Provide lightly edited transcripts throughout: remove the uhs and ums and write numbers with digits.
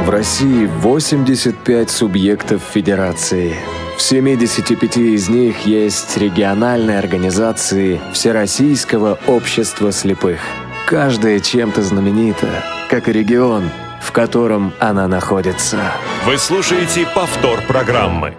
В России 85 субъектов федерации. В 75 из них есть региональные организации Всероссийского общества слепых. Каждая чем-то знаменита, как и регион, в котором она находится. Вы слушаете повтор программы.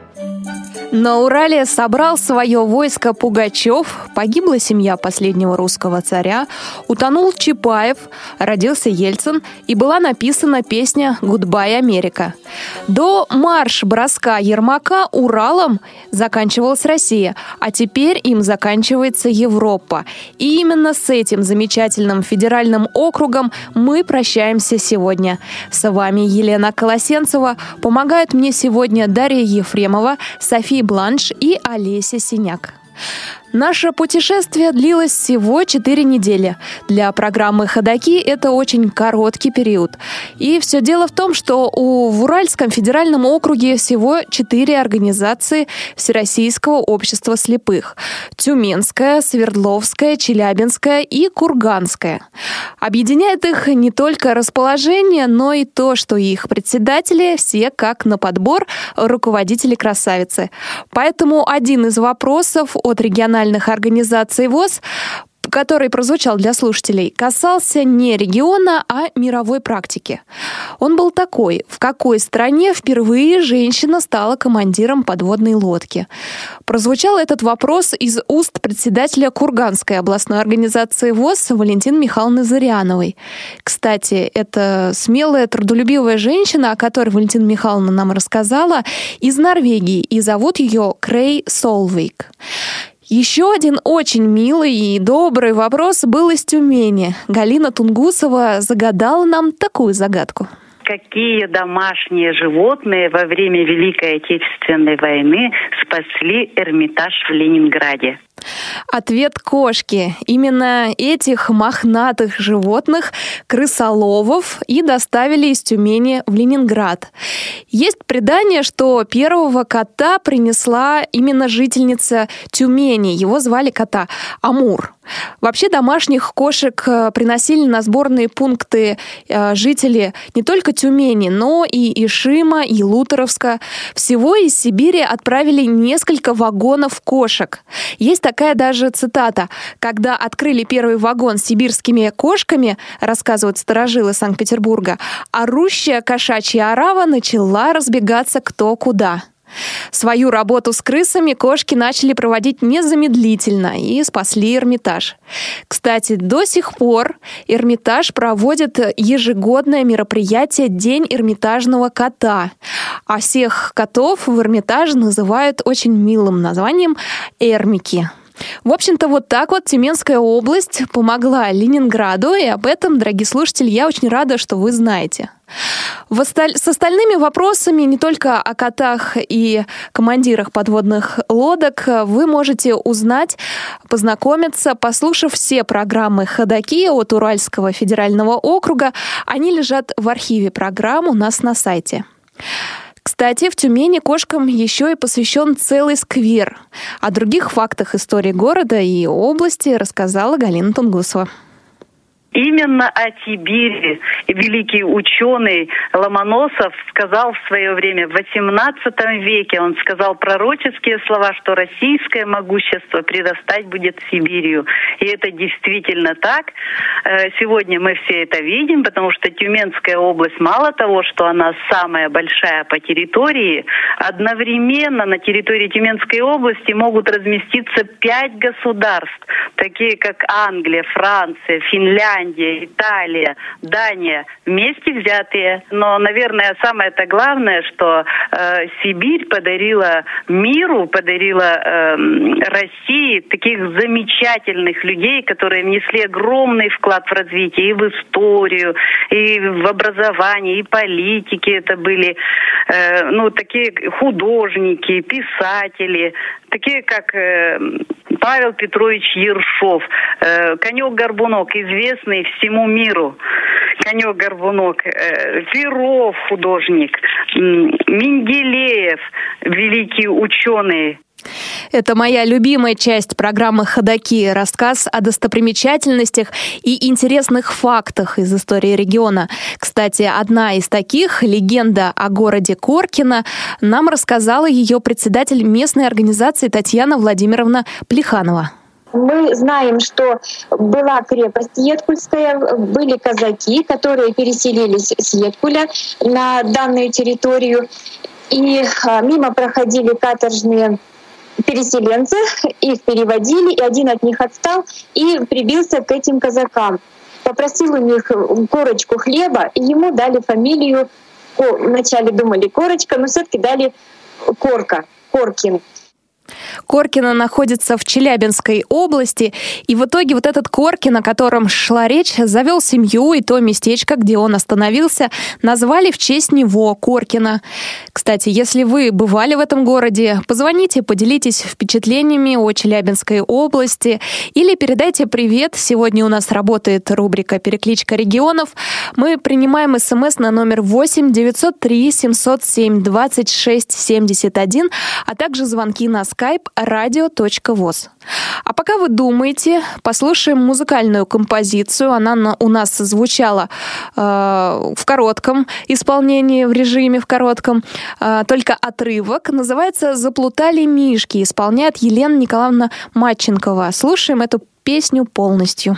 На Урале собрал свое войско Пугачев, погибла семья последнего русского царя, утонул Чапаев, родился Ельцин и была написана песня «Гудбай, Америка». До марш-броска Ермака Уралом заканчивалась Россия, а теперь им заканчивается Европа. И именно с этим замечательным федеральным округом мы прощаемся сегодня. С вами Елена Колосенцева. Помогают мне сегодня Дарья Ефремова, София Бланш и Олеся Синяк. Наше путешествие длилось всего 4 недели. Для программы «Ходоки» это очень короткий период. И все дело в том, что в Уральском федеральном округе всего 4 организации Всероссийского общества слепых. Тюменская, Свердловская, Челябинская и Курганская. Объединяет их не только расположение, но и то, что их председатели все как на подбор руководители-красавицы. Поэтому один из вопросов от региональных организаций ВОС, который прозвучал для слушателей, касался не региона, а мировой практики. Он был такой: в какой стране впервые женщина стала командиром подводной лодки? Прозвучал этот вопрос из уст председателя Курганской областной организации ВОС Валентины Михайловны Зыряновой. Кстати, это смелая, трудолюбивая женщина, о которой Валентина Михайловна нам рассказала, из Норвегии, и зовут ее Крей Солвейк. Еще один очень милый и добрый вопрос был из Тюмени. Галина Тунгусова загадала нам такую загадку. Какие домашние животные во время Великой Отечественной войны спасли Эрмитаж в Ленинграде? Ответ — кошки. Именно этих мохнатых животных, крысоловов, и доставили из Тюмени в Ленинград. Есть предание, что первого кота принесла именно жительница Тюмени. Его звали кота Амур. Вообще домашних кошек приносили на сборные пункты жители не только Тюмени, но и Ишима, и Лутеровска. Всего из Сибири отправили несколько вагонов кошек. Есть такая даже цитата: «Когда открыли первый вагон с сибирскими кошками, рассказывают старожилы Санкт-Петербурга, орущая кошачья орава начала разбегаться кто куда». Свою работу с крысами кошки начали проводить незамедлительно и спасли Эрмитаж. Кстати, до сих пор Эрмитаж проводит ежегодное мероприятие «День эрмитажного кота». А всех котов в Эрмитаже называют очень милым названием «эрмики». В общем-то, вот так вот Тюменская область помогла Ленинграду, и об этом, дорогие слушатели, я очень рада, что вы знаете. С остальными вопросами, не только о котах и командирах подводных лодок, вы можете узнать, познакомиться, послушав все программы «Ходоки» от Уральского федерального округа. Они лежат в архиве программ у нас на сайте. Кстати, в Тюмени кошкам еще и посвящен целый сквер. О других фактах истории города и области рассказала Галина Тунгусова. Именно о Сибири великий ученый Ломоносов сказал в свое время, в XVIII веке, он сказал пророческие слова, что российское могущество прирастать будет Сибирью. И это действительно так. Сегодня мы все это видим, потому что Тюменская область, мало того, что она самая большая по территории, одновременно на территории Тюменской области могут разместиться 5 государств, такие как Англия, Франция, Финляндия, Италия, Дания, вместе взятые. Но, наверное, самое-то главное, что Сибирь подарила миру, подарила России таких замечательных людей, которые внесли огромный вклад в развитие и в историю, и в образование, и политики. Это были такие художники, писатели, такие как Павел Петрович Ершов, Конек-Горбунок, известный всему миру. Конек-Горбунок, Перов, художник, Менделеев, великий ученый. Это моя любимая часть программы «Ходоки» — рассказ о достопримечательностях и интересных фактах из истории региона. Кстати, одна из таких, легенда о городе Коркино, нам рассказала ее председатель местной организации Татьяна Владимировна Плеханова. Мы знаем, что была крепость Еткульская, были казаки, которые переселились с Еткуля на данную территорию. И мимо проходили каторжные переселенцы, их переводили, и один от них отстал и прибился к этим казакам. Попросил у них корочку хлеба, и ему дали фамилию, вначале думали Корочка, но все-таки дали Корка, Коркин. Коркино находится в Челябинской области, и в итоге вот этот Коркин, о котором шла речь, завел семью, и то местечко, где он остановился, назвали в честь него Коркино. Кстати, если вы бывали в этом городе, позвоните, поделитесь впечатлениями о Челябинской области или передайте привет. Сегодня у нас работает рубрика «Перекличка регионов». Мы принимаем СМС на номер 8 903 707 26 71, а также звонки на skype radio.voz. А пока вы думаете, послушаем музыкальную композицию. Она у нас звучала в коротком исполнении, в режиме в коротком, только отрывок. Называется «Заплутали мишки». Исполняет Елена Николаевна Матченкова. Слушаем эту песню полностью.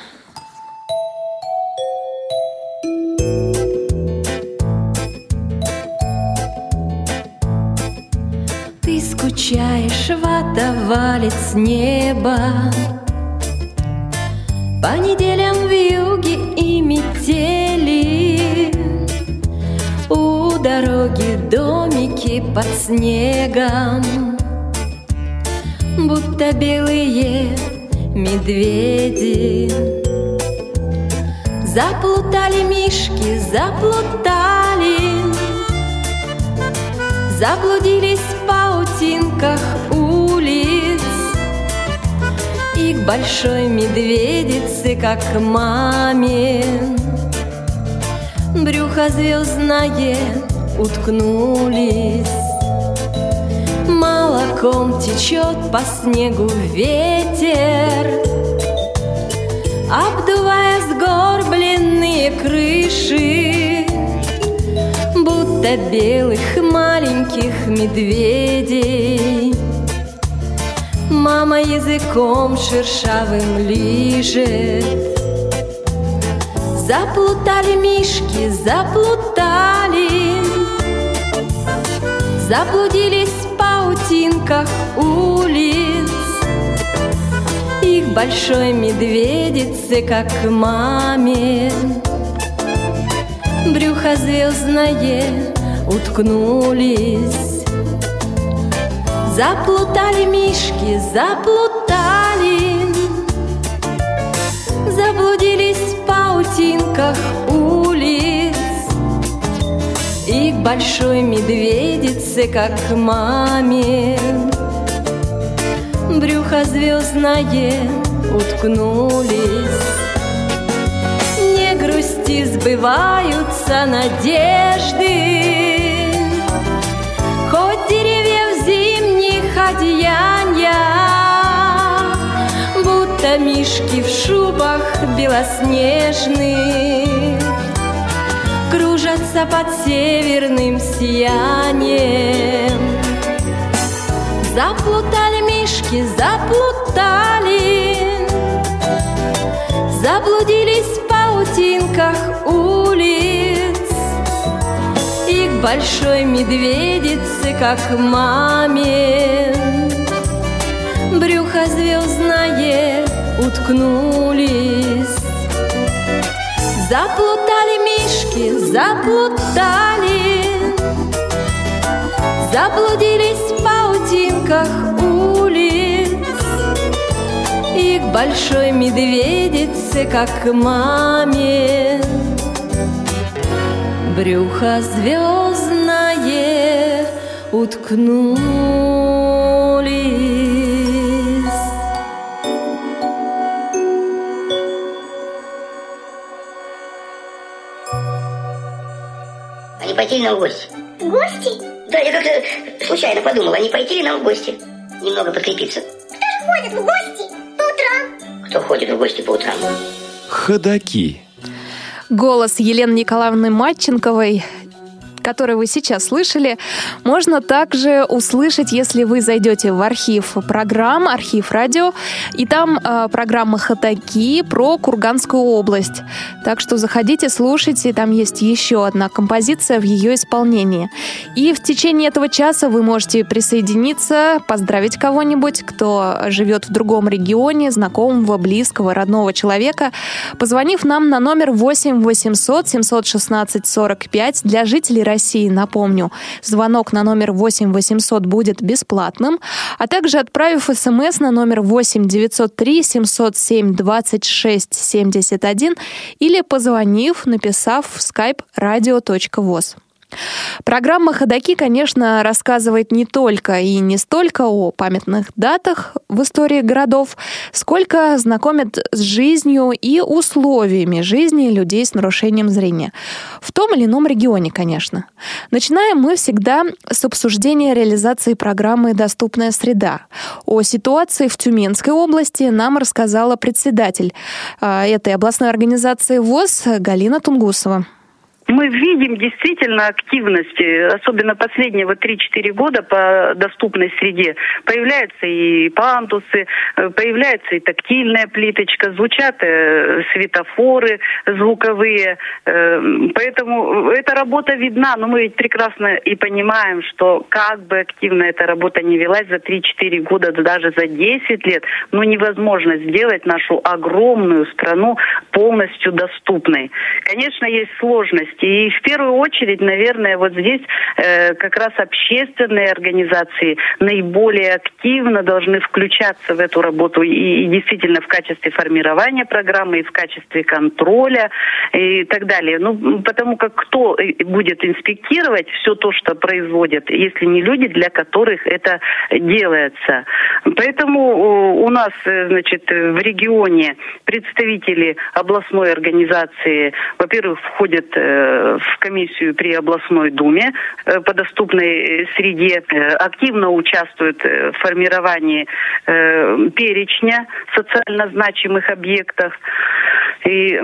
Ты скучаешь, вода валит с неба, по неделям вьюги и метели. У дороги домики под снегом, будто белые медведи. Заплутали мишки, заплутали, заблудились в паутинках улиц, и к большой медведице, как к маме, брюхо звездное уткнулись. Молоком течет по снегу ветер, обдувая сгорбленные крыши, будто белых маленьких медведей. Мама языком шершавым лижет. Заплутали мишки, заплутали, заблудились в паутинках улиц, и к большой медведице, как к маме, брюхо звездное уткнулись. Заплутали мишки, заплутали, заблудились в паутинках улиц, и к большой медведице, как к маме, брюхо звездное уткнулись. Не грусти, сбываются надежды, хоть деревья в зимних одеяниях, будто мишки в шубах белоснежных, кружатся под северным сиянием. Заплутали мишки, заплутали, заблудились в паутинках улиц, и к большой медведице, как к маме, брюхо звездное уткнулись. Заплутали мишки, заплутали, заблудились в паутинках улиц, и к большой медведице, как к маме, брюхо звездное уткнулись. А не пойти ли нам в гости? В гости? Да, я как-то случайно подумала, не пойти ли нам в гости? немного подкрепиться. Кто ходит в гости по утрам? Кто ходит в гости по утрам? Ходаки. Голос Елены Николаевны Матченковой, который вы сейчас слышали, можно также услышать, если вы зайдете в архив программ, архив радио, и там программа «Ходаки» про Курганскую область. Так что заходите, слушайте, там есть еще одна композиция в ее исполнении. И в течение этого часа вы можете присоединиться, поздравить кого-нибудь, кто живет в другом регионе, знакомого, близкого, родного человека, позвонив нам на номер 8 800 716 45 для жителей России, напомню, звонок на номер 8 800 будет бесплатным, а также отправив СМС на номер 8 903 707 26 71 или позвонив, написав в skype radio.voz. Программа «Ходаки», конечно, рассказывает не только и не столько о памятных датах в истории городов, сколько знакомит с жизнью и условиями жизни людей с нарушением зрения. В том или ином регионе, конечно. Начинаем мы всегда с обсуждения реализации программы «Доступная среда». О ситуации в Тюменской области нам рассказала председатель этой областной организации ВОС Галина Тунгусова. Мы видим действительно активность, особенно последние 3-4 года по доступной среде. Появляются и пандусы, появляется и тактильная плиточка, звучат светофоры звуковые. Поэтому эта работа видна, но мы ведь прекрасно и понимаем, что как бы активно эта работа не велась за 3-4 года, даже за 10 лет, но невозможно сделать нашу огромную страну полностью доступной. Конечно, есть сложности. И в первую очередь, наверное, вот здесь как раз общественные организации наиболее активно должны включаться в эту работу и действительно в качестве формирования программы, и в качестве контроля и так далее. Ну, потому как кто будет инспектировать все то, что производят, если не люди, для которых это делается. Поэтому у нас, значит, в регионе представители областной организации, во-первых, входят в комиссию при областной думе по доступной среде, активно участвуют в формировании перечня социально значимых объектов и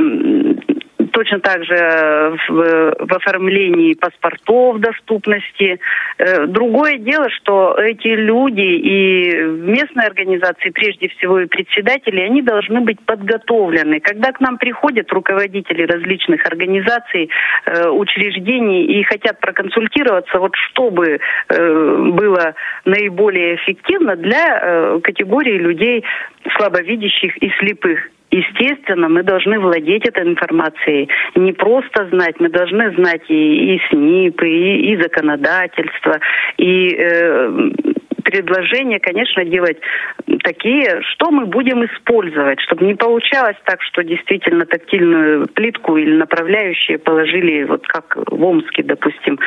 точно так же в оформлении паспортов доступности. Другое дело, что эти люди и местные организации, прежде всего и председатели, они должны быть подготовлены. Когда к нам приходят руководители различных организаций, учреждений и хотят проконсультироваться, вот чтобы было наиболее эффективно для категории людей слабовидящих и слепых. Естественно, мы должны владеть этой информацией. Не просто знать, мы должны знать и СНИП, и законодательство, и предложения, конечно, делать такие, что мы будем использовать, чтобы не получалось так, что действительно тактильную плитку или направляющие положили, вот как в Омске, допустим,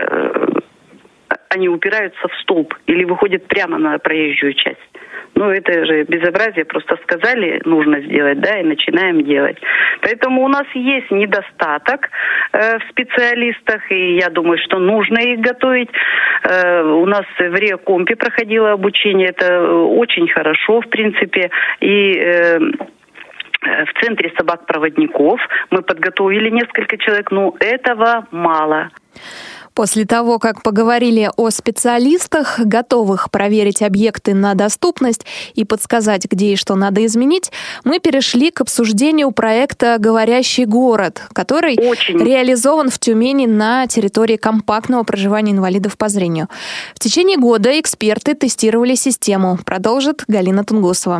они упираются в столб или выходят прямо на проезжую часть. Ну, это же безобразие, просто сказали, нужно сделать, да, и начинаем делать. Поэтому у нас есть недостаток в специалистах, и я думаю, что нужно их готовить. У нас в РИАКомпе проходило обучение, это очень хорошо, в принципе, и в центре собак-проводников мы подготовили несколько человек, но этого мало. После того, как поговорили о специалистах, готовых проверить объекты на доступность и подсказать, где и что надо изменить, мы перешли к обсуждению проекта «Говорящий город», который реализован в Тюмени на территории компактного проживания инвалидов по зрению. В течение года эксперты тестировали систему, продолжит Галина Тунгусова.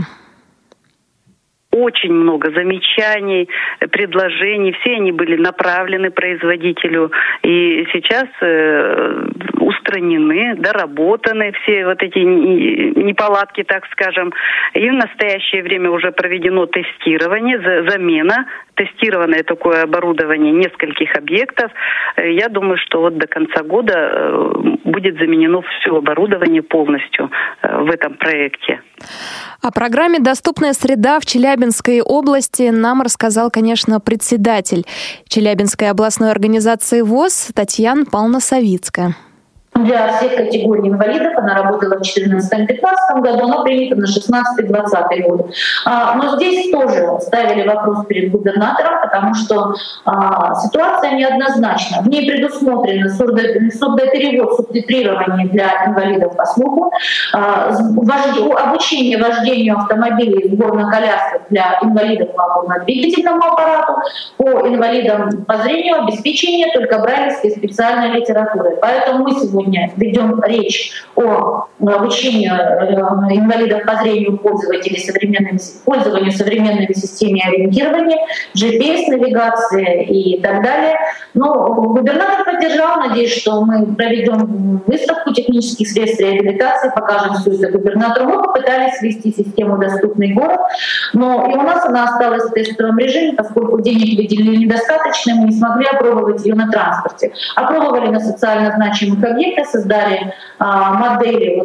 Очень много замечаний, предложений. Все они были направлены производителю. И сейчас устранены, доработаны все вот эти неполадки, так скажем. И в настоящее время уже проведено тестирование, замена. Тестированное такое оборудование нескольких объектов. Я думаю, что вот до конца года будет заменено все оборудование полностью в этом проекте. О программе «Доступная среда» в Челябинской области нам рассказал, конечно, председатель Челябинской областной организации ВОС Татьяна Павловна Савицкая. Для всех категорий инвалидов она работала в 2014-2015 году, она принята на 2016-2020 год. Но здесь тоже ставили вопрос перед губернатором, потому что ситуация неоднозначна. В ней предусмотрено сурдоперевод, субтитрирование для инвалидов по слуху, обучение вождению автомобилей сборно-колясок для инвалидов по опорно-двигательному аппарату, по инвалидам по зрению обеспечение только брайлевской специальной литературой. Поэтому мы сегодня ведем речь о обучении инвалидов по зрению пользованию современными системами ориентирования, GPS-навигации и так далее. Но губернатор поддержал, надеюсь, что мы проведем выставку технических средств реабилитации, покажем все это губернатору. Мы попытались ввести систему «Доступный город», но и у нас она осталась в тестовом режиме, поскольку денег выделили недостаточно, мы не смогли опробовать ее на транспорте. Опробовали на социально значимых объектах, создали модели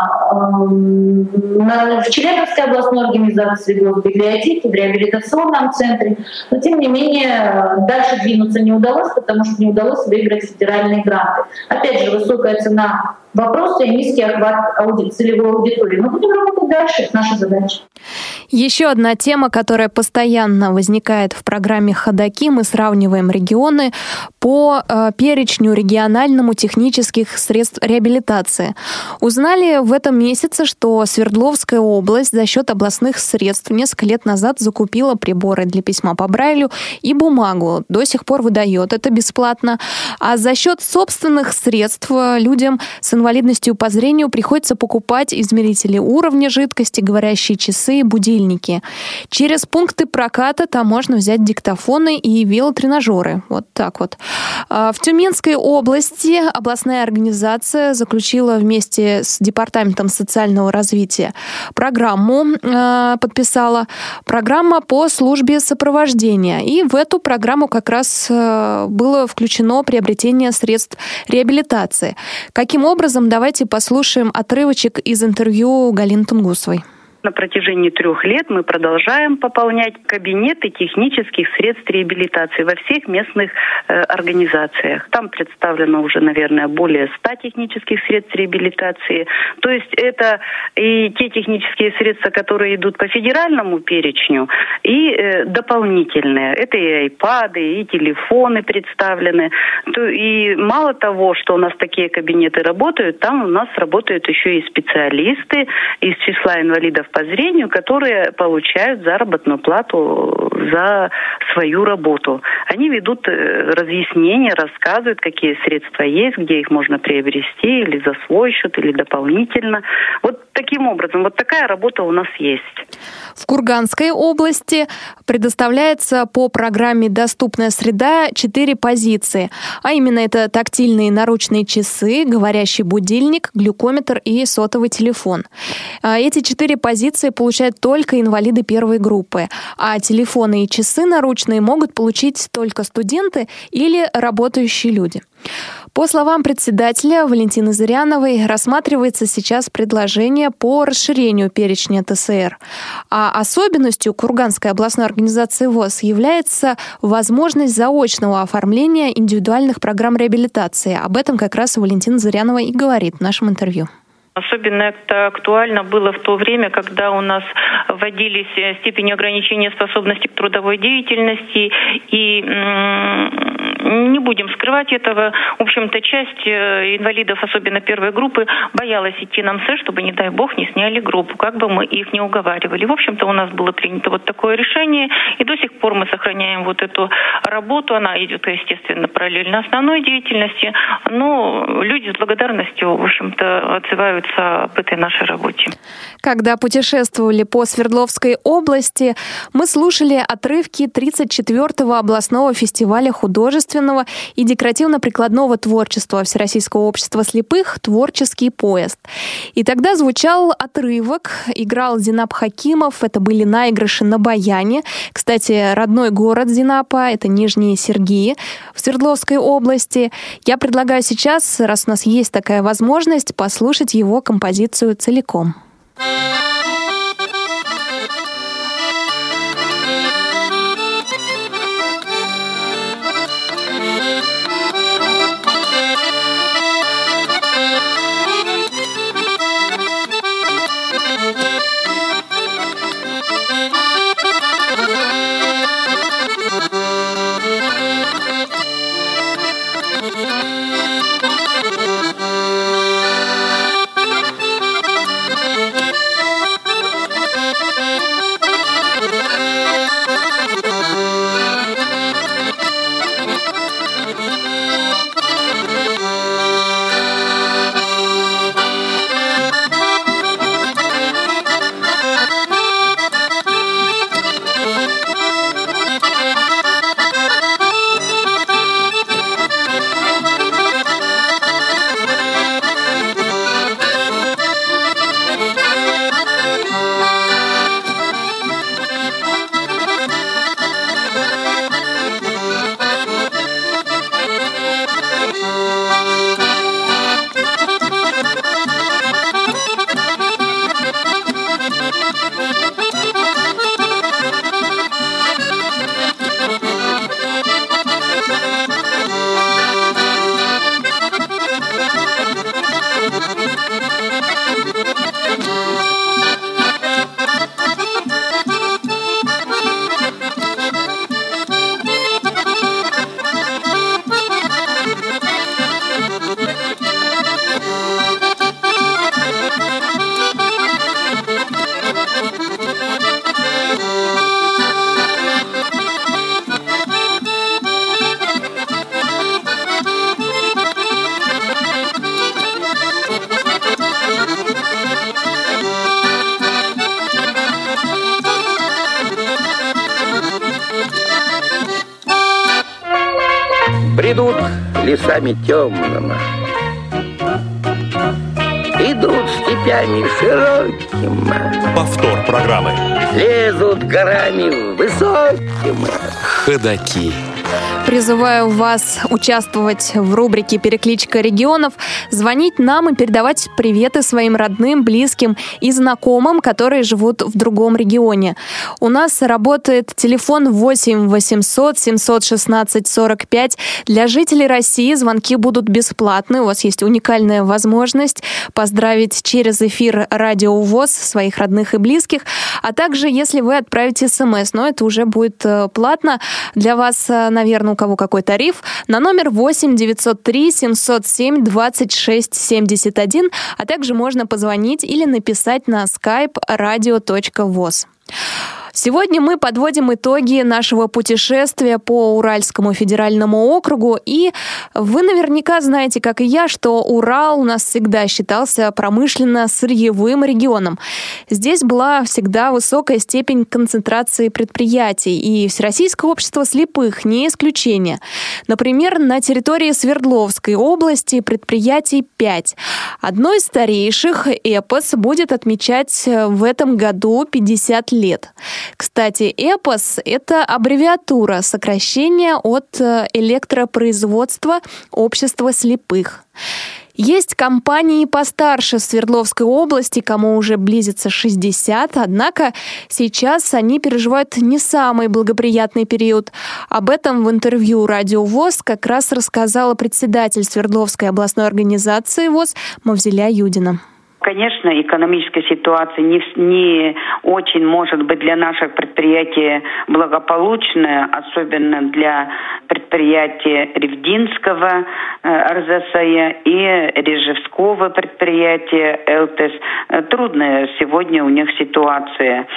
в Челябинской областной организации госбиблиотеки, в реабилитационном центре. Но тем не менее дальше двинуться не удалось, потому что не удалось выиграть федеральные гранты. Опять же, высокая цена вопроса и низкий охват целевой аудитории. Мы будем работать дальше, это наша задача. Еще одна тема, которая постоянно возникает в программе «Ходоки». Мы сравниваем регионы по перечню региональному технических средств реабилитации. Узнали в этом месяце, что Свердловская область за счет областных средств несколько лет назад закупила приборы для письма по Брайлю и бумагу. До сих пор выдает это бесплатно. А за счет собственных средств людям с инвалидностью по зрению приходится покупать измерители уровня жидкости, говорящие часы, будильники. Через пункты проката там можно взять диктофоны и велотренажеры. Вот так вот. В Тюменской области областная организация заключила вместе с Департаментом социального развития подписала программу по службе сопровождения. И в эту программу как раз было включено приобретение средств реабилитации. Каким образом, давайте послушаем отрывочек из интервью Галины Тунгусовой. На протяжении 3 лет мы продолжаем пополнять кабинеты технических средств реабилитации во всех местных организациях. Там представлено уже, наверное, более 100 технических средств реабилитации. То есть это и те технические средства, которые идут по федеральному перечню, и дополнительные. Это и айпады, и телефоны представлены. И мало того, что у нас такие кабинеты работают, там у нас работают еще и специалисты из числа инвалидов по зрению, которые получают заработную плату за свою работу. Они ведут разъяснения, рассказывают, какие средства есть, где их можно приобрести или за свой счет, или дополнительно. Вот таким образом, вот такая работа у нас есть. В Курганской области предоставляется по программе «Доступная среда» 4 позиции. А именно это тактильные наручные часы, говорящий будильник, глюкометр и сотовый телефон. Эти 4 позиции получают только инвалиды первой группы, а телефоны и часы наручные могут получить только студенты или работающие люди. По словам председателя Валентины Зыряновой, рассматривается сейчас предложение по расширению перечня ТСР. А особенностью Курганской областной организации ВОС является возможность заочного оформления индивидуальных программ реабилитации. Об этом как раз Валентина Зырянова и говорит в нашем интервью. Особенно это актуально было в то время, когда у нас вводились степени ограничения способности к трудовой деятельности. И не будем скрывать этого. В общем-то, часть инвалидов, особенно первой группы, боялась идти на МСЭ, чтобы, не дай бог, не сняли группу, как бы мы их не уговаривали. В общем-то, у нас было принято вот такое решение. И до сих пор мы сохраняем вот эту работу. Она идет, естественно, параллельно основной деятельности. Но люди с благодарностью, в общем-то, отзываются об этой нашей работе. Когда путешествовали по Свердловской области, мы слушали отрывки 34-го областного фестиваля художественного и декоративно-прикладного творчества Всероссийского общества слепых «Творческий поезд». И тогда звучал отрывок, играл Зинап Хакимов, это были наигрыши на баяне. Кстати, родной город Зинапа — это Нижние Сергии в Свердловской области. Я предлагаю сейчас, раз у нас есть такая возможность, послушать его композицию целиком. лесами темными, идут степями широкими. Повтор программы. Лезут горами высокими. Ходаки. Призываю вас участвовать в рубрике «Перекличка регионов», звонить нам и передавать приветы своим родным, близким и знакомым, которые живут в другом регионе. У нас работает телефон 8 800 716 45. Для жителей России звонки будут бесплатны. У вас есть уникальная возможность поздравить через эфир Радио ВОС своих родных и близких. А также, если вы отправите смс, но это уже будет платно для вас, наверное, у кого какой тариф, на номер 8 903 707 26 71, а также можно позвонить или написать на skype radio.voz. Сегодня мы подводим итоги нашего путешествия по Уральскому федеральному округу, и вы наверняка знаете, как и я, что Урал у нас всегда считался промышленно-сырьевым регионом. Здесь была всегда высокая степень концентрации предприятий, и Всероссийское общество слепых не исключение. Например, на территории Свердловской области предприятий 5. Одно из старейших, «Эпос», будет отмечать в этом году 50 лет. Кстати, «Эпос» — это аббревиатура, сокращение от электропроизводства общества слепых. Есть компании постарше в Свердловской области, кому уже близится 60, однако сейчас они переживают не самый благоприятный период. Об этом в интервью Радио ВОС как раз рассказала председатель Свердловской областной организации ВОС Мавзеля Юдина. Конечно, экономическая ситуация не очень может быть для наших предприятий благополучная, особенно для предприятия Ревдинского РЗСЕ и Режевского предприятия ЛТС. Трудная сегодня у них ситуация.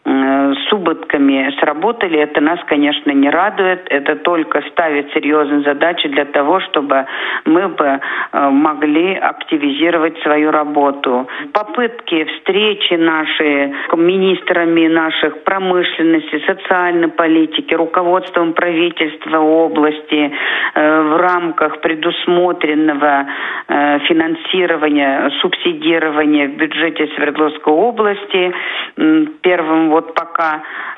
С убытками сработали. Это нас, конечно, не радует. Это только ставит серьезные задачи для того, чтобы мы бы могли активизировать свою работу. Попытки, встречи наши с министрами наших промышленности, социальной политики, руководством правительства области в рамках предусмотренного финансирования, субсидирования в бюджете Свердловской области. Первым пока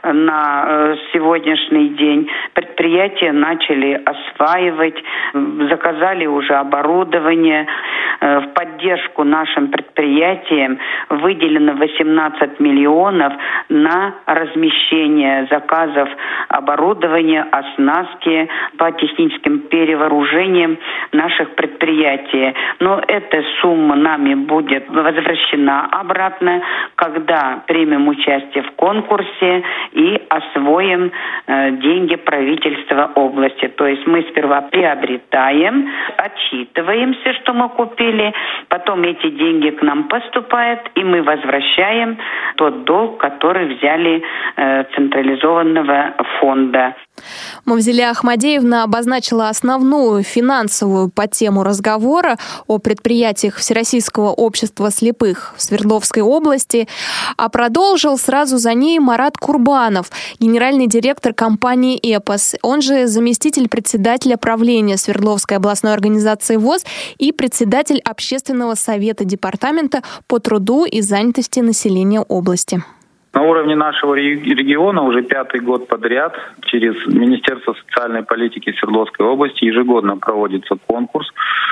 на сегодняшний день предприятия начали осваивать, заказали уже оборудование. В поддержку нашим предприятиям выделено 18 миллионов на размещение заказов оборудования, оснастки по техническим перевооружениям наших предприятий. Но эта сумма нами будет возвращена обратно, когда примем участие в конкурсе и освоим деньги правительства области. То есть мы сперва приобретаем, отчитываемся, что мы купили, потом эти деньги к нам поступают, и мы возвращаем тот долг, который взяли централизованного фонда. Мавзеля Ахмадеевна обозначила основную финансовую подтему разговора о предприятиях Всероссийского общества слепых в Свердловской области, а продолжил сразу за ней Марат Курбанов, генеральный директор компании «Эпос», он же заместитель председателя правления Свердловской областной организации ВОС и председатель Общественного совета департамента по труду и занятости населения области. На уровне нашего региона уже 5-й год подряд через Министерство социальной политики Свердловской области ежегодно проводится конкурс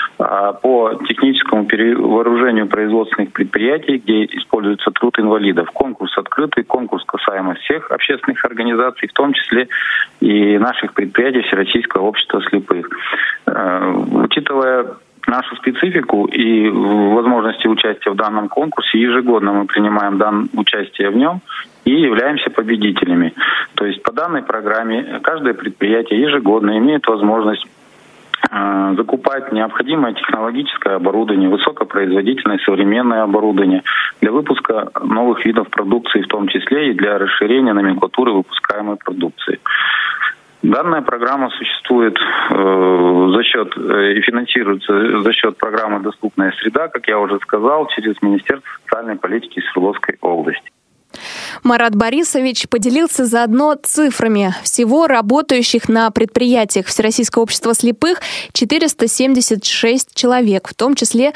по техническому перевооружению производственных предприятий, где используется труд инвалидов. Конкурс открытый, конкурс касаемо всех общественных организаций, в том числе и наших предприятий Всероссийского общества слепых. Учитывая нашу специфику и возможности участия в данном конкурсе, ежегодно мы принимаем участие в нем и являемся победителями. То есть по данной программе каждое предприятие ежегодно имеет возможность закупать необходимое технологическое оборудование, высокопроизводительное современное оборудование для выпуска новых видов продукции, в том числе и для расширения номенклатуры выпускаемой продукции. Данная программа существует за счет и финансируется за счет программы «Доступная среда», как я уже сказал, через Министерство социальной политики Свердловской области. Марат Борисович поделился заодно цифрами. Всего работающих на предприятиях Всероссийского общества слепых 476 человек, в том числе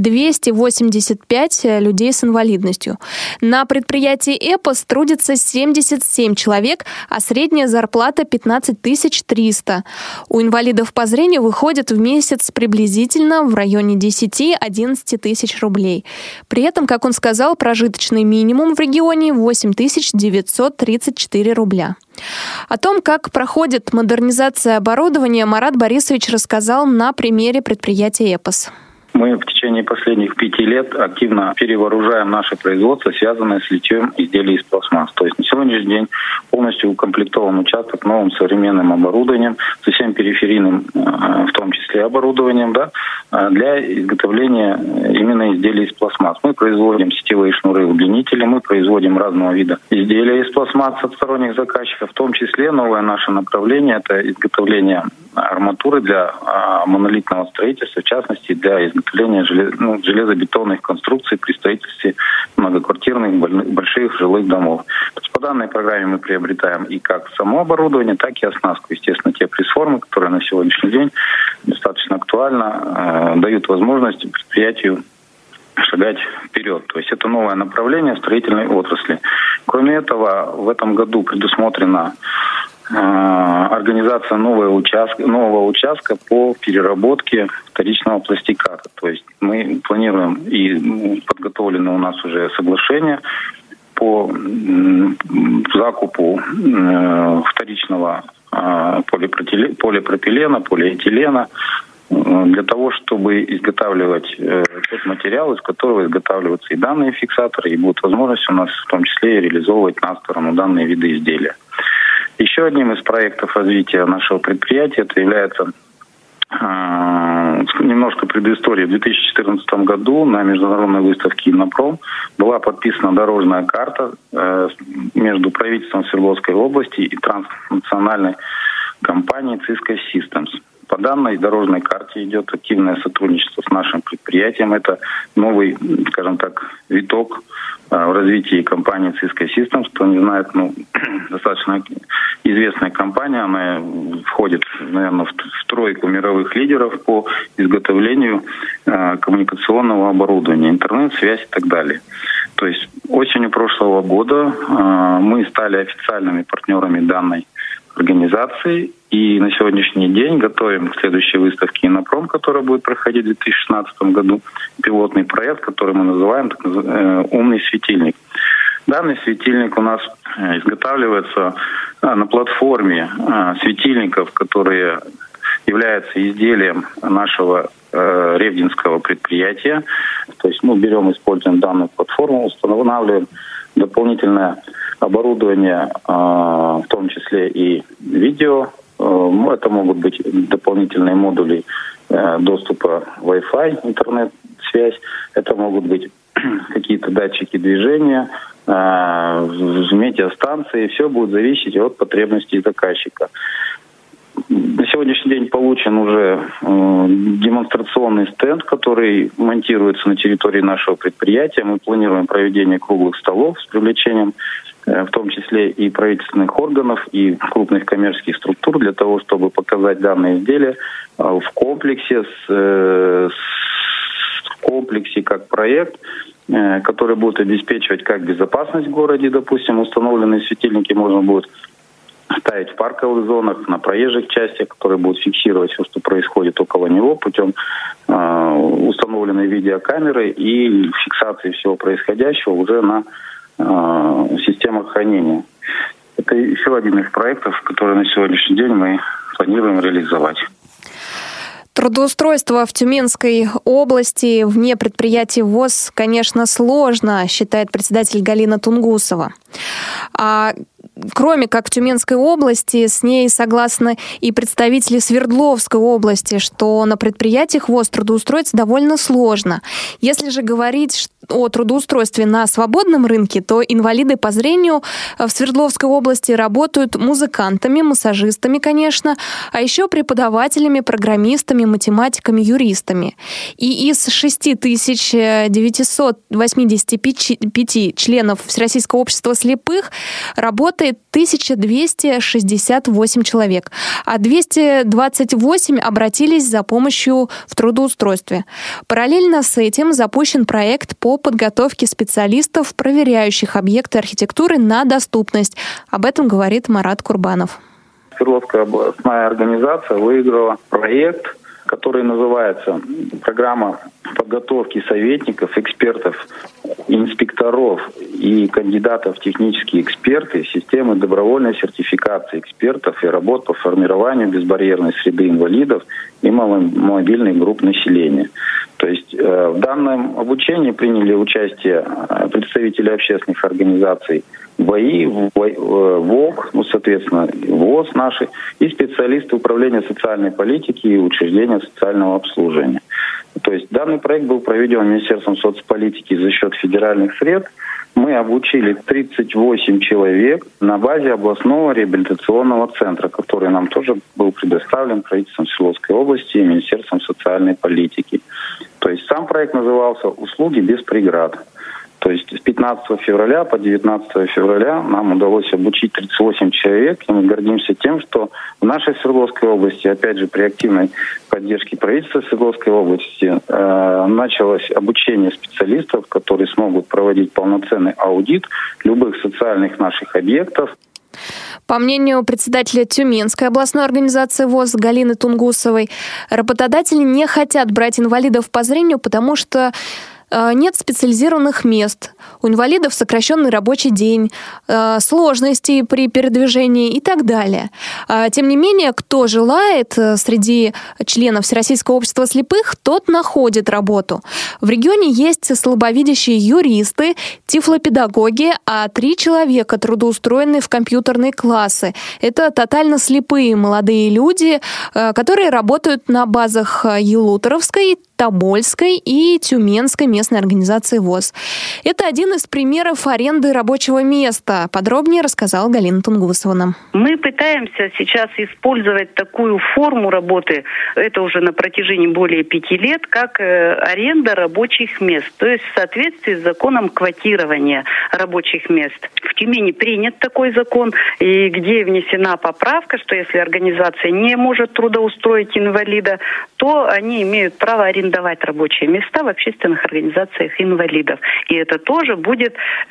285 людей с инвалидностью. На предприятии «Эпос» трудится 77 человек, а средняя зарплата 15 300. У инвалидов по зрению выходит в месяц приблизительно в районе 10-11 тысяч рублей. При этом, как он сказал, прожиточный минимум в регионе 8 934 рубля. О том, как проходит модернизация оборудования, Марат Борисович рассказал на примере предприятия «Эпос». Мы в течение последних 5 лет активно перевооружаем наше производство, связанное с литьем изделий из пластмасс. То есть на сегодняшний день полностью укомплектован участок новым современным оборудованием, со всем периферийным, в том числе оборудованием, для изготовления именно изделий из пластмасс. Мы производим сетевые шнуры, удлинители, мы производим разного вида изделия из пластмасс от сторонних заказчиков, в том числе новое наше направление – это изготовление арматуры для монолитного строительства, в частности для изготовления железобетонных конструкций при строительстве многоквартирных больших жилых домов. То есть по данной программе мы приобретаем и как само оборудование, так и оснастку. Естественно, те пресс-формы, которые на сегодняшний день достаточно актуально, дают возможность предприятию шагать вперед. То есть это новое направление строительной отрасли. Кроме этого, в этом году предусмотрена организация нового участка по переработке вторичного пластиката. То есть мы планируем и подготовлены у нас уже соглашения по закупу вторичного полипропилена, полиэтилена для того, чтобы изготавливать тот материал, из которого изготавливаются и данные фиксаторы, и будет возможность у нас в том числе реализовывать на сторону данные виды изделия. Еще одним из проектов развития нашего предприятия это является немножко предыстории. В 2014 году на международной выставке «Иннопром» была подписана дорожная карта между правительством Свердловской области и транснациональной компанией Cisco Systems. По данной дорожной карте идет активное сотрудничество с нашим предприятием. Это новый, скажем так, виток в развитии компании Cisco Systems. Кто не знает, достаточно известная компания. Она входит, наверное, в тройку мировых лидеров по изготовлению коммуникационного оборудования, интернет, связь и так далее. То есть осенью прошлого года мы стали официальными партнерами данной организации. И на сегодняшний день готовим к следующей выставке «Иннопром», которая будет проходить в 2016 году, пилотный проект, который мы называем «Умный светильник». Данный светильник у нас изготавливается на платформе светильников, которые являются изделием нашего ревдинского предприятия. То есть мы используем данную платформу, устанавливаем дополнительное оборудование, в том числе и видео. Это могут быть дополнительные модули доступа Wi-Fi, интернет-связь. Это могут быть какие-то датчики движения, метеостанции. Все будет зависеть от потребностей заказчика. На сегодняшний день получен уже демонстрационный стенд, который монтируется на территории нашего предприятия. Мы планируем проведение круглых столов с привлечением в том числе и правительственных органов, и крупных коммерческих структур для того, чтобы показать данные изделия в комплексе, как проект, который будет обеспечивать как безопасность в городе, допустим, установленные светильники можно будет ставить в парковых зонах, на проезжих частях, которые будут фиксировать все, что происходит около него, путем установленной видеокамеры и фиксации всего происходящего уже на системах хранения. Это еще один из проектов, который на сегодняшний день мы планируем реализовать. Трудоустройство в Тюменской области вне предприятий ВОС, конечно, сложно, считает председатель Галина Тунгусова. А кроме как в Тюменской области, с ней согласны и представители Свердловской области, что на предприятиях ВОС трудоустроиться довольно сложно. Если же говорить о трудоустройстве на свободном рынке, то инвалиды по зрению в Свердловской области работают музыкантами, массажистами, конечно, а еще преподавателями, программистами, математиками, юристами. И из 6985 членов Всероссийского общества слепых работает 1268 человек, а 228 обратились за помощью в трудоустройстве. Параллельно с этим запущен проект по подготовке специалистов, проверяющих объекты архитектуры на доступность. Об этом говорит Марат Курбанов. Свердловская областная организация выиграла проект, который называется «Программа подготовки советников, экспертов, инспекторов и кандидатов в технические эксперты системы добровольной сертификации экспертов и работ по формированию безбарьерной среды инвалидов и маломобильных групп населения». То есть в данном обучении приняли участие представители общественных организаций ВАИ, ВОК, соответственно, ВОС наши, и специалисты управления социальной политики и учреждения социального обслуживания. То есть данный проект был проведен Министерством соцполитики за счет федеральных средств. Мы обучили 38 человек на базе областного реабилитационного центра, который нам тоже был предоставлен правительством Свердловской области и Министерством социальной политики. То есть сам проект назывался «Услуги без преград». То есть с 15 февраля по 19 февраля нам удалось обучить 38 человек, и мы гордимся тем, что в нашей Свердловской области, опять же, при активной поддержке правительства Свердловской области, началось обучение специалистов, которые смогут проводить полноценный аудит любых социальных наших объектов. По мнению председателя Тюменской областной организации ВОС Галины Тунгусовой, работодатели не хотят брать инвалидов по зрению, потому что нет специализированных мест, у инвалидов сокращенный рабочий день, сложности при передвижении и так далее. Тем не менее, кто желает среди членов Всероссийского общества слепых, тот находит работу. В регионе есть слабовидящие юристы, тифлопедагоги, а 3 человека трудоустроены в компьютерные классы. Это тотально слепые молодые люди, которые работают на базах Елуторовской, Тобольской и Тюменской местной организации ВОС. Это один из примеров аренды рабочего места. Подробнее рассказала Галина Тунгусова нам. Мы пытаемся сейчас использовать такую форму работы, это уже на протяжении более 5 лет, как аренда рабочих мест. То есть в соответствии с законом квотирования рабочих мест. В Тюмени принят такой закон, и где внесена поправка, что если организация не может трудоустроить инвалида, то они имеют право арендовать рабочие места в общественных организациях инвалидов. И это тоже будет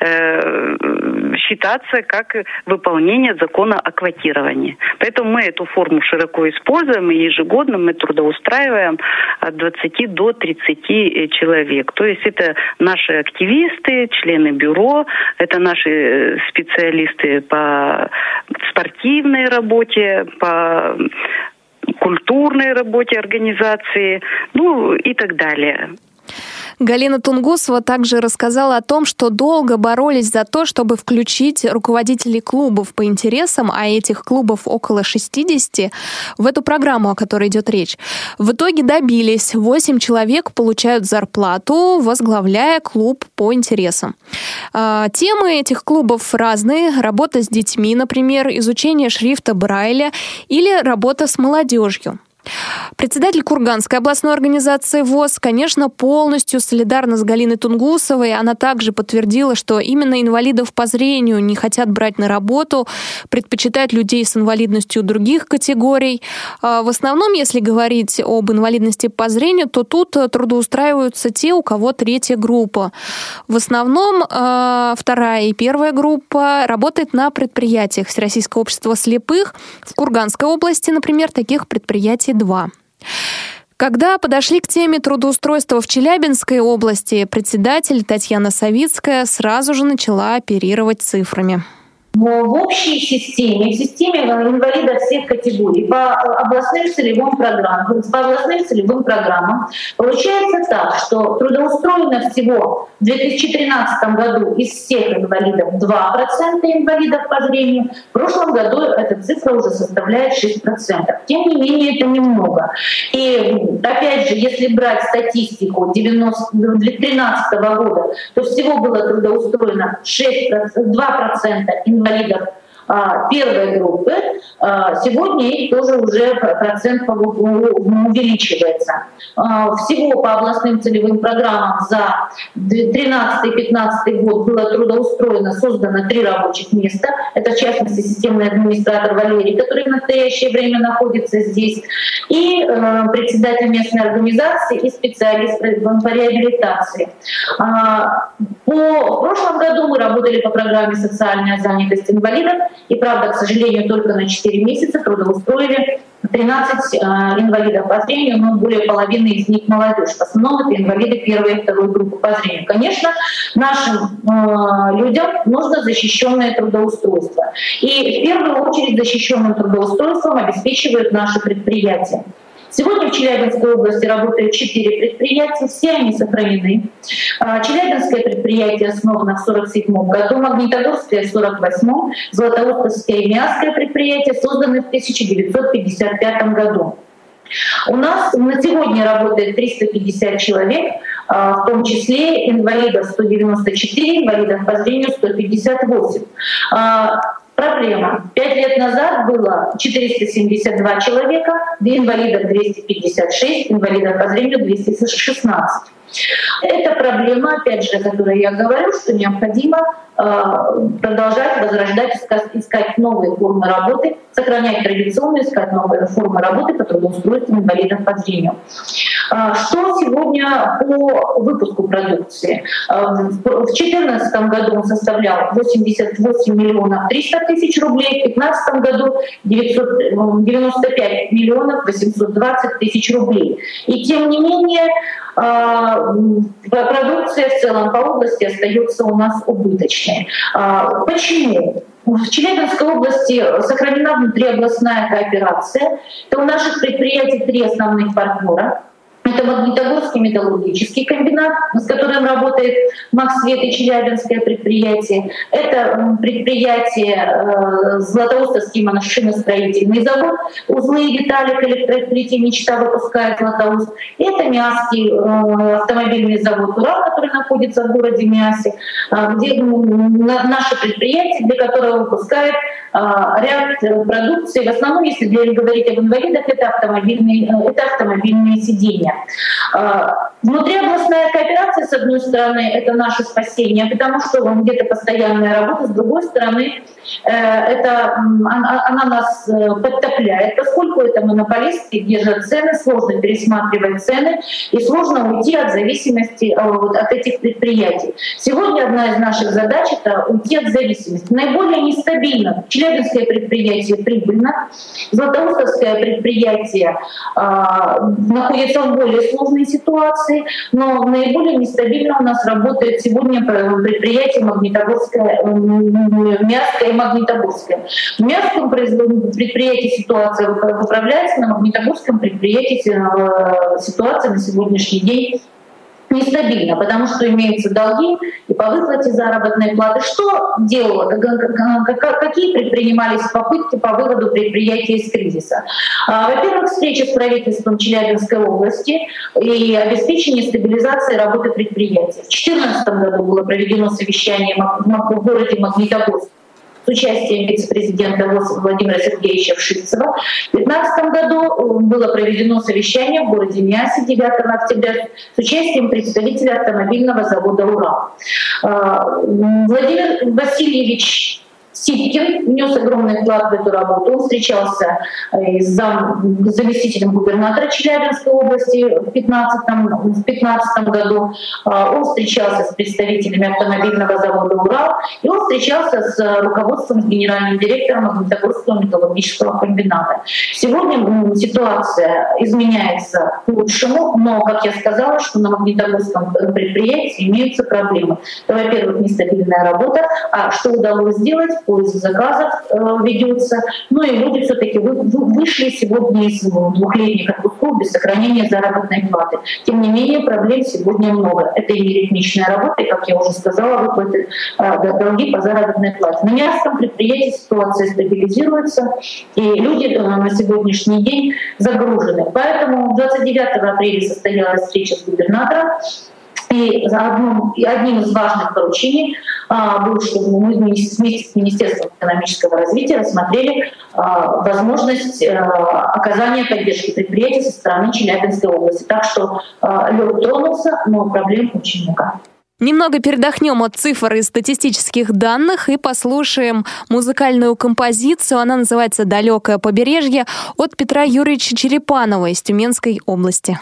считаться как выполнение закона о квотировании. Поэтому мы эту форму широко используем, и ежегодно мы трудоустраиваем от 20 до 30 человек. То есть это наши активисты, члены бюро, это наши специалисты по спортивной работе, по культурной работе организации, и так далее. Галина Тунгусова также рассказала о том, что долго боролись за то, чтобы включить руководителей клубов по интересам, а этих клубов около 60, в эту программу, о которой идет речь. В итоге добились. 8 человек получают зарплату, возглавляя клуб по интересам. Темы этих клубов разные. Работа с детьми, например, изучение шрифта Брайля или работа с молодежью. Председатель Курганской областной организации ВОС, конечно, полностью солидарна с Галиной Тунгусовой. Она также подтвердила, что именно инвалидов по зрению не хотят брать на работу, предпочитают людей с инвалидностью других категорий. В основном, если говорить об инвалидности по зрению, то тут трудоустраиваются те, у кого 3-я группа. В основном 2-я и 1-я группа работает на предприятиях Всероссийского общества слепых. В Курганской области, например, таких предприятий 2. Когда подошли к теме трудоустройства в Челябинской области, председатель Татьяна Савицкая сразу же начала оперировать цифрами. в общей системе, в системе инвалидов всех категорий, по областным целевым программам получается так, что трудоустроено всего в 2013 году из всех инвалидов 2% инвалидов по зрению. В прошлом году эта цифра уже составляет 6%. Тем не менее, это немного. И опять же, если брать статистику 2013 года, то всего было трудоустроено 2% инвалидов первой группы. Сегодня их тоже уже процент увеличивается. Всего по областным целевым программам за 2013-2015 год было трудоустроено, создано 3 рабочих места. Это, в частности, системный администратор Валерий, который в настоящее время находится здесь, и председатель местной организации и специалист по реабилитации. В прошлом году мы работали по программе «Социальная занятость инвалидов», и, правда, к сожалению, только на 4 месяца трудоустроили 13 инвалидов по зрению, но более половины из них молодежь. В основном это инвалиды первой и второй группы по зрению. Конечно, нашим людям нужно защищенное трудоустройство. И в первую очередь защищенным трудоустройством обеспечивают наши предприятия. Сегодня в Челябинской области работают 4 предприятия, все они сохранены. Челябинское предприятие основано в 1947 году, Магнитогорское в 1948, Златоустовское и Миасское предприятия созданы в 1955 году. У нас на сегодня работает 350 человек, в том числе инвалидов 194, инвалидов по зрению 158. Проблема. 5 лет назад было 472 человека, инвалидов 256, инвалидов по зрению 216. Это проблема, опять же, о которой я говорю, что необходимо продолжать, возрождать, искать новые формы работы, сохранять традиционные, искать новые формы работы по трудоустройству инвалидов по зрению. Что сегодня по выпуску продукции? В 2014 году он составлял 88 миллионов 300 тысяч рублей, в 2015 году 95 миллионов 820 тысяч рублей. И тем не менее, продукция в целом по области остается у нас убыточной. Почему? В Челябинской области сохранена внутриобластная кооперация. Это у наших предприятий 3 основных партнера. Это Магнитогорский металлургический комбинат, с которым работает Максвет и Челябинское предприятие. Это предприятие Златоустовский машиностроительный завод, узлы и детали к электроплите «Мечта» выпускает Златоуст. Это Миасский автомобильный завод «Урал», который находится в городе Миасе, где наше предприятие, для которого выпускает ряд продукции. В основном, если говорить об инвалидах, это автомобильные сиденья. Внутриобластная кооперация, с одной стороны, это наше спасение, потому что где-то постоянная работа, с другой стороны, она нас подтопляет, поскольку это монополисты держат цены, сложно пересматривать цены и сложно уйти от зависимости от этих предприятий. Сегодня одна из наших задач — это уйти от зависимости. Наиболее нестабильно Челябинское предприятие прибыльно, Златоустовское предприятие находится в более сложной ситуации, но наиболее нестабильно у нас работает сегодня предприятие Магнитогорское, Миасское и Магнитогорское. В Миасском предприятии ситуация выправляется, на Магнитогорском предприятии ситуация на сегодняшний день нестабильно, потому что имеются долги и по выплате заработной платы. Что делало, какие предпринимались попытки по выводу предприятия из кризиса? Во-первых, встреча с правительством Челябинской области и обеспечение стабилизации работы предприятия. В 2014 году было проведено совещание в городе Магнитогорск с участием вице-президента ВОС Владимира Сергеевича Вшивцева. В 2015 году было проведено совещание в городе Миасе 9 октября с участием представителя автомобильного завода «Урал». Владимир Васильевич Сипкин внес огромный вклад в эту работу. Он встречался с заместителем губернатора Челябинской области в 2015 году. Он встречался с представителями автомобильного завода «Урал». И он встречался с руководством, с генеральным директором Магнитогорского металлургического комбината. Сегодня ситуация изменяется к лучшему, но, как я сказала, что на Магнитогорском предприятии имеются проблемы. Во-первых, нестабильная работа. А что удалось сделать? поиск заказов ведется. Ну и люди все-таки вышли сегодня из двухлетних отпусков без сохранения заработной платы. Тем не менее, проблем сегодня много. Это и ритмичная работа, и, как я уже сказала, выплаты долги по заработной плате. На Миасском предприятии ситуация стабилизируется, и люди на сегодняшний день загружены. Поэтому 29 апреля состоялась встреча с губернатором, и одним из важных поручений было, чтобы мы вместе с Министерством экономического развития рассмотрели возможность оказания поддержки предприятий со стороны Челябинской области. Так что лед тронулся, но проблем очень много. Немного передохнем от цифр и статистических данных и послушаем музыкальную композицию. Она называется «Далекое побережье» от Петра Юрьевича Черепанова из Тюменской области.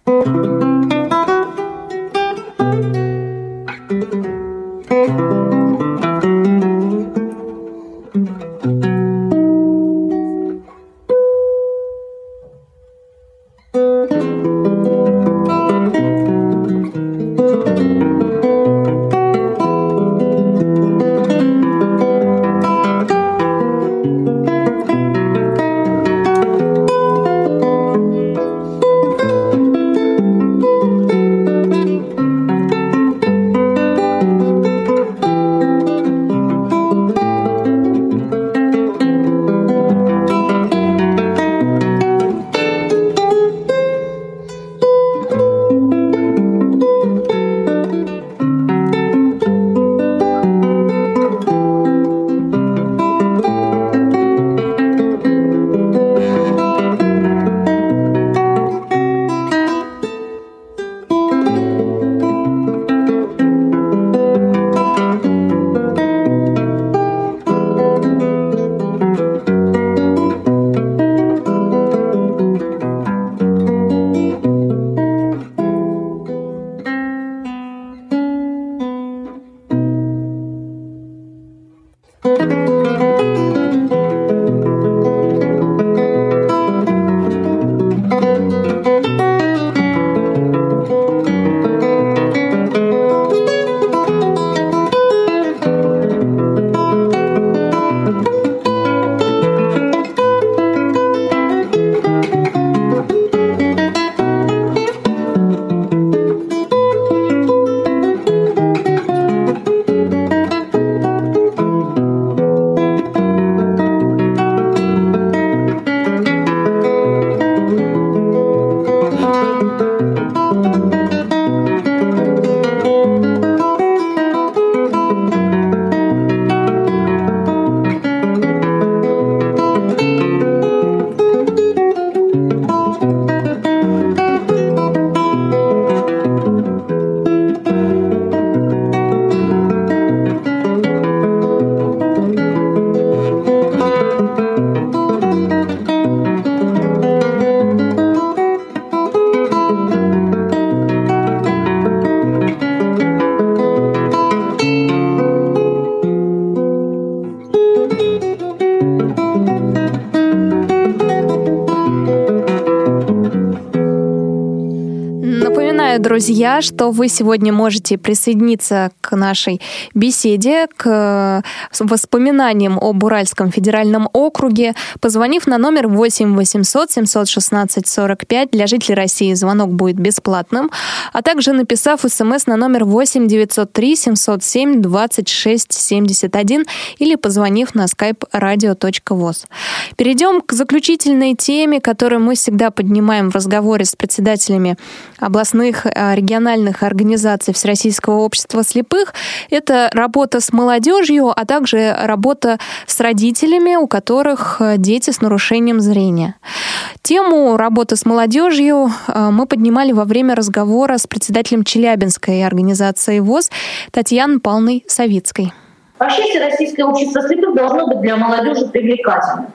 Друзья, что вы сегодня можете присоединиться к нашей беседе, к воспоминаниям об Уральском федеральном округе, позвонив на номер 8 800 716 45. Для жителей России звонок будет бесплатным, а также написав СМС на номер 8 903 707 26 71 или позвонив на skype radio.voz. Перейдем к заключительной теме, которую мы всегда поднимаем в разговоре с председателями областных региональных организаций Всероссийского общества слепых. Это работа с молодежью, а также работа с родителями, у которых дети с нарушением зрения. Тему работы с молодежью мы поднимали во время разговора с председателем Челябинской организации ВОС Татьяной Павловной Савицкой. Вообще Всероссийское общество слепых должно быть для молодежи привлекательным.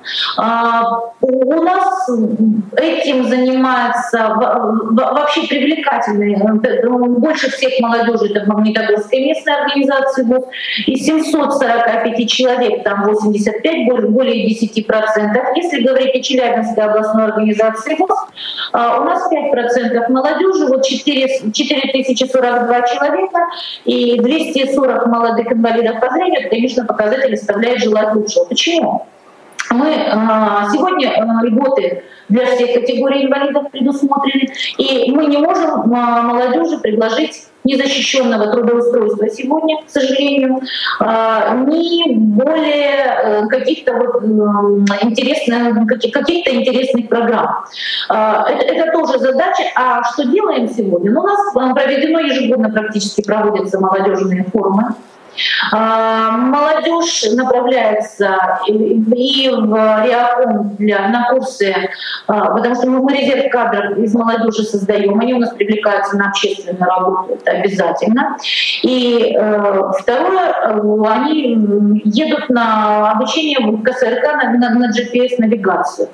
У нас этим занимается вообще привлекательные. Больше всех молодежи это в Магнитогорской местной организации ВОС. Из 745 человек, там 85, более 10%. Если говорить о Челябинской областной организации ВОС, у нас 5% молодежи, вот 4042 человека и 240 молодых инвалидов по зрению. сегодня это, конечно, показатель оставляет желать лучшего. Почему? Мы сегодня льготы для всех категорий инвалидов предусмотрены, и мы не можем молодежи предложить незащищенного трудоустройства сегодня, к сожалению, ни более каких-то интересных программ. Это тоже задача. А что делаем сегодня? У нас проведено ежегодно практически проводятся молодежные форумы. Молодежь направляется и в РИАКОМ на курсы, потому что мы резерв кадров из молодежи создаем, они у нас привлекаются на общественную работу, это обязательно. И второе, они едут на обучение в КСРК на GPS-навигацию.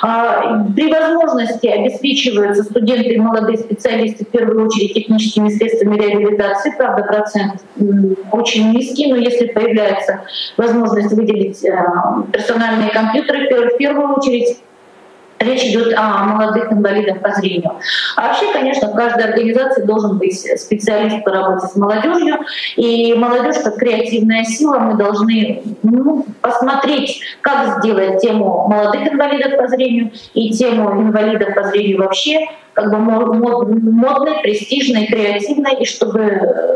При возможности обеспечиваются студенты и молодые специалисты в первую очередь техническими средствами реабилитации, правда, процент очень низкий, но если появляется возможность выделить персональные компьютеры, в первую очередь речь идет о молодых инвалидах по зрению. А вообще, конечно, в каждой организации должен быть специалист по работе с молодежью. И молодежь как креативная сила, мы должны посмотреть, как сделать тему молодых инвалидов по зрению и тему инвалидов по зрению вообще как бы модной, престижной, креативной, и чтобы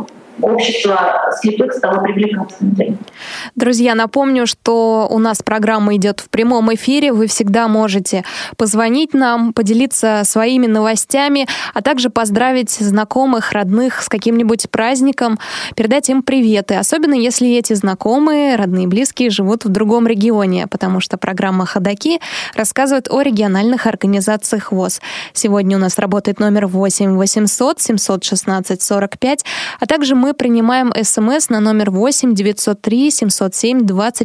общество слепых стало привлекательным. Друзья, напомню, что у нас программа идет в прямом эфире. Вы всегда можете позвонить нам, поделиться своими новостями, а также поздравить знакомых, родных с каким-нибудь праздником, передать им приветы. Особенно если эти знакомые, родные, близкие живут в другом регионе, потому что программа «Ходоки» рассказывает о региональных организациях ВОС. Сегодня у нас работает номер 8 800 716 45, а также мы принимаем СМС на номер 8 903 707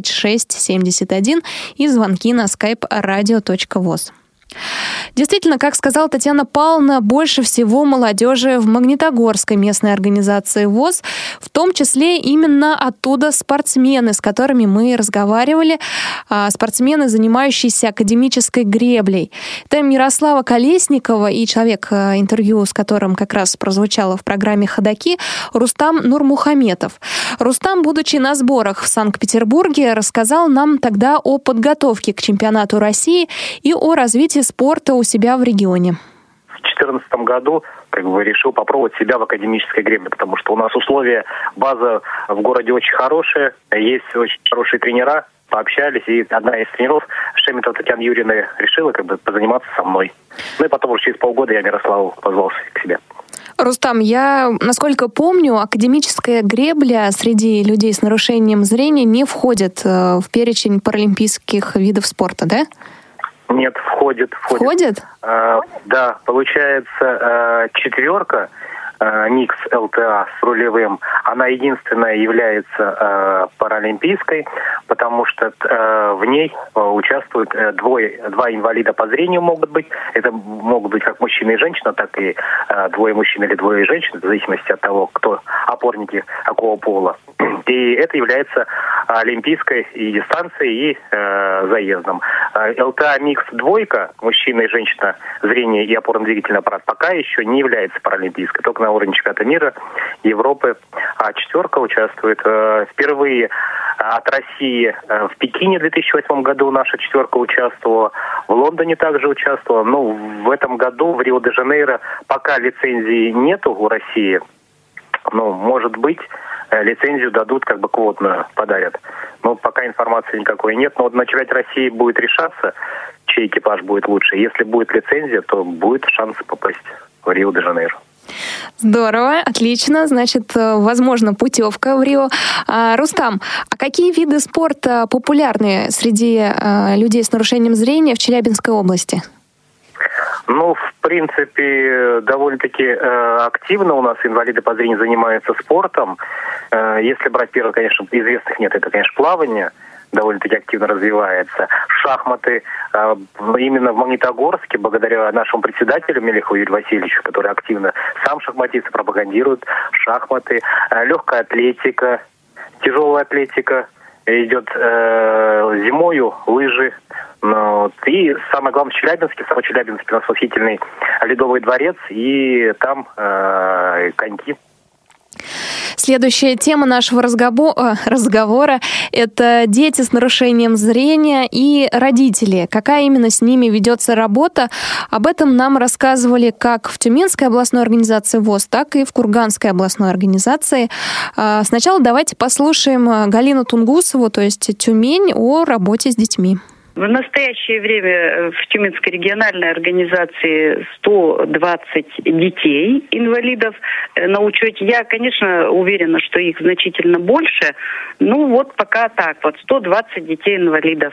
26 71 и звонки на skype radio.voz. Действительно, как сказала Татьяна Павловна, больше всего молодежи в Магнитогорской местной организации ВОС, в том числе именно оттуда спортсмены, с которыми мы разговаривали, спортсмены, занимающиеся академической греблей. Это Мирослава Колесникова и человек, интервью с которым как раз прозвучало в программе «Ходоки», Рустам Нурмухаметов. Рустам, будучи на сборах в Санкт-Петербурге, рассказал нам тогда о подготовке к чемпионату России и о развитии спорта у себя в регионе. В 2014 году решил попробовать себя в академической гребле, потому что у нас условия, база в городе очень хорошая, есть очень хорошие тренера, пообщались, и одна из тренеров, Шеметова Татьяна Юрьевна, решила позаниматься со мной. И потом уже через полгода я Мирославу позвал к себе. Рустам, я, насколько помню, академическая гребля среди людей с нарушением зрения не входит в перечень паралимпийских видов спорта, да? Нет, входит. Входит? Да, получается, четверка НИКС ЛТА с рулевым, она единственная является паралимпийской, потому что в ней участвуют два инвалида по зрению могут быть. Это могут быть как мужчина и женщина, так и двое мужчин или двое женщин, в зависимости от того, кто опорники какого пола. И это является олимпийской и дистанцией, и заездом. ЛТА микс двойка, мужчина и женщина, зрение и опорно-двигательный аппарат, пока еще не является паралимпийской, только на уровне чемпионата мира, Европы. А четверка участвует впервые от России в Пекине в 2008 году наша четверка участвовала, в Лондоне также участвовала. В этом году в Рио-де-Жанейро пока лицензии нету у России. Может быть, лицензию дадут, квотную подарят. Но пока информации никакой нет. Но на чемпионате России будет решаться, чей экипаж будет лучше. Если будет лицензия, то будет шанс попасть в Рио-де-Жанейро. Здорово, отлично. Значит, возможно, путевка в Рио. Рустам, а какие виды спорта популярны среди людей с нарушением зрения в Челябинской области? В принципе, довольно-таки активно у нас инвалиды по зрению занимаются спортом. Если брать первое, конечно, известных нет, это, конечно, плавание довольно-таки активно развивается. Шахматы именно в Магнитогорске, благодаря нашему председателю Мелехову Юрию Васильевичу, который активно сам шахматист и пропагандирует шахматы. Легкая атлетика, тяжелая атлетика, идет зимою лыжи. И самое главное, в Челябинске у нас восхитительный ледовый дворец, и там коньки. Следующая тема нашего разговора – это дети с нарушением зрения и родители. Какая именно с ними ведется работа? Об этом нам рассказывали как в Тюменской областной организации ВОС, так и в Курганской областной организации. Сначала давайте послушаем Галину Тунгусову, то есть Тюмень, о работе с детьми. В настоящее время в Тюменской региональной организации 120 детей инвалидов на учете. Я, конечно, уверена, что их значительно больше. Пока так, 120 детей инвалидов.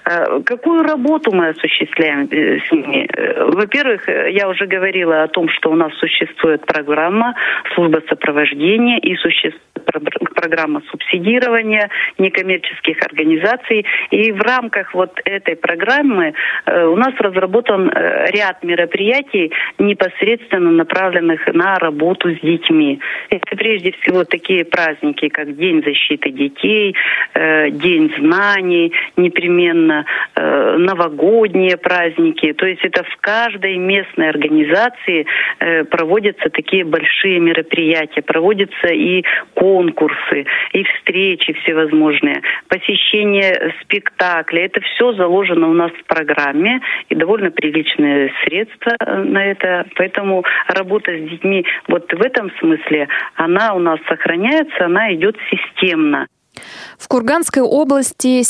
Какую работу мы осуществляем с ними? Во-первых, я уже говорила о том, что у нас существует программа служба сопровождения и существует программа субсидирования некоммерческих организаций. И в рамках этой программы у нас разработан ряд мероприятий, непосредственно направленных на работу с детьми. Это прежде всего такие праздники, как День защиты детей, День знаний, непременно новогодние праздники. То есть это в каждой местной организации проводятся такие большие мероприятия, проводятся и конкурсы, и встречи всевозможные, посещение спектаклей. Это все заложено у нас в программе и довольно приличные средства на это. Поэтому работа с детьми в этом смысле, она у нас сохраняется, она идет системно. В Курганской области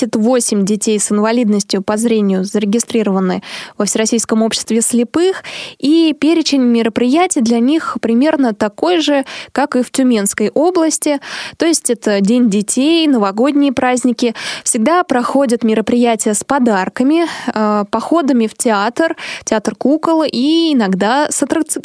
78 детей с инвалидностью по зрению зарегистрированы во Всероссийском обществе слепых, и перечень мероприятий для них примерно такой же, как и в Тюменской области. То есть это День детей, новогодние праздники. Всегда проходят мероприятия с подарками, походами в театр кукол и иногда с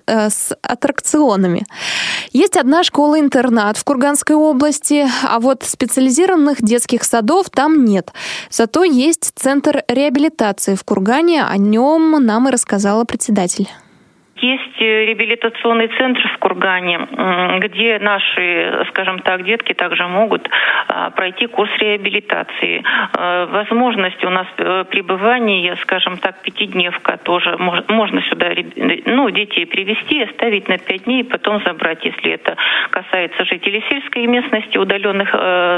аттракционами. Есть одна школа-интернат в Курганской области, а специализированных детских садов там нет. Зато есть центр реабилитации в Кургане. О нем нам и рассказала председатель. Есть реабилитационный центр в Кургане, где наши, скажем так, детки также могут пройти курс реабилитации. Возможность у нас пребывания, скажем так, 5-дневка тоже. Можно сюда детей привезти, оставить на 5 дней и потом забрать, если это касается жителей сельской местности, удаленных,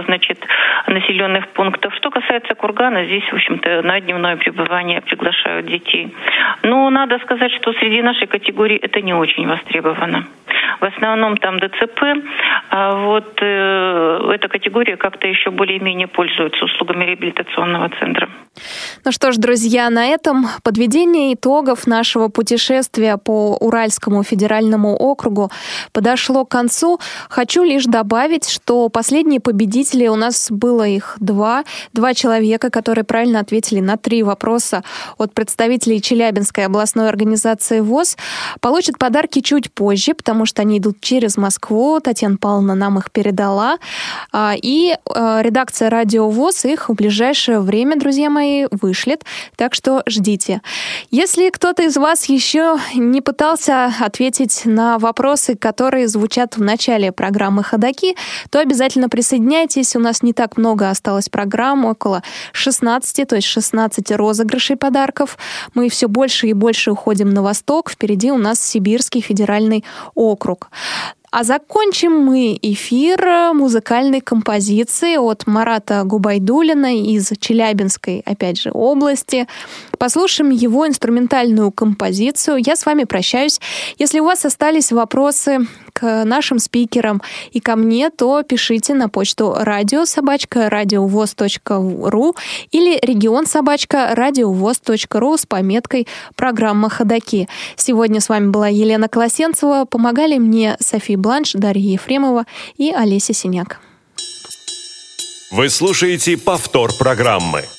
населенных пунктов. Что касается Кургана, здесь, в общем-то, на дневное пребывание приглашают детей. Но надо сказать, что среди нашей категории это не очень востребовано. В основном там ДЦП, а эта категория как-то еще более-менее пользуется услугами реабилитационного центра. Ну что ж, друзья, на этом подведение итогов нашего путешествия по Уральскому федеральному округу подошло к концу. Хочу лишь добавить, что последние победители, у нас было их два человека, которые правильно ответили на 3 вопроса от представителей Челябинской областной организации ВОС, получат подарки чуть позже, потому что они идут через Москву. Татьяна Павловна нам их передала. И редакция Радио ВОС их в ближайшее время, друзья мои, вышлет. Так что ждите. Если кто-то из вас еще не пытался ответить на вопросы, которые звучат в начале программы «Ходоки», то обязательно присоединяйтесь. У нас не так много осталось программ, около 16, то есть 16 розыгрышей подарков. Мы все больше и больше уходим на восток. Впереди у нас Сибирский федеральный округ. А закончим мы эфир музыкальной композицией от Марата Губайдуллина из Челябинской, опять же, области. Послушаем его инструментальную композицию. Я с вами прощаюсь. Если у вас остались вопросы к нашим спикерам и ко мне, то пишите на почту radio@radiovoz.ru или region@radiovoz.ru с пометкой «Программа Ходоки». Сегодня с вами была Елена Колосенцева. Помогали мне София Бланш, Дарья Ефремова и Олеся Синяк. Вы слушаете повтор программы.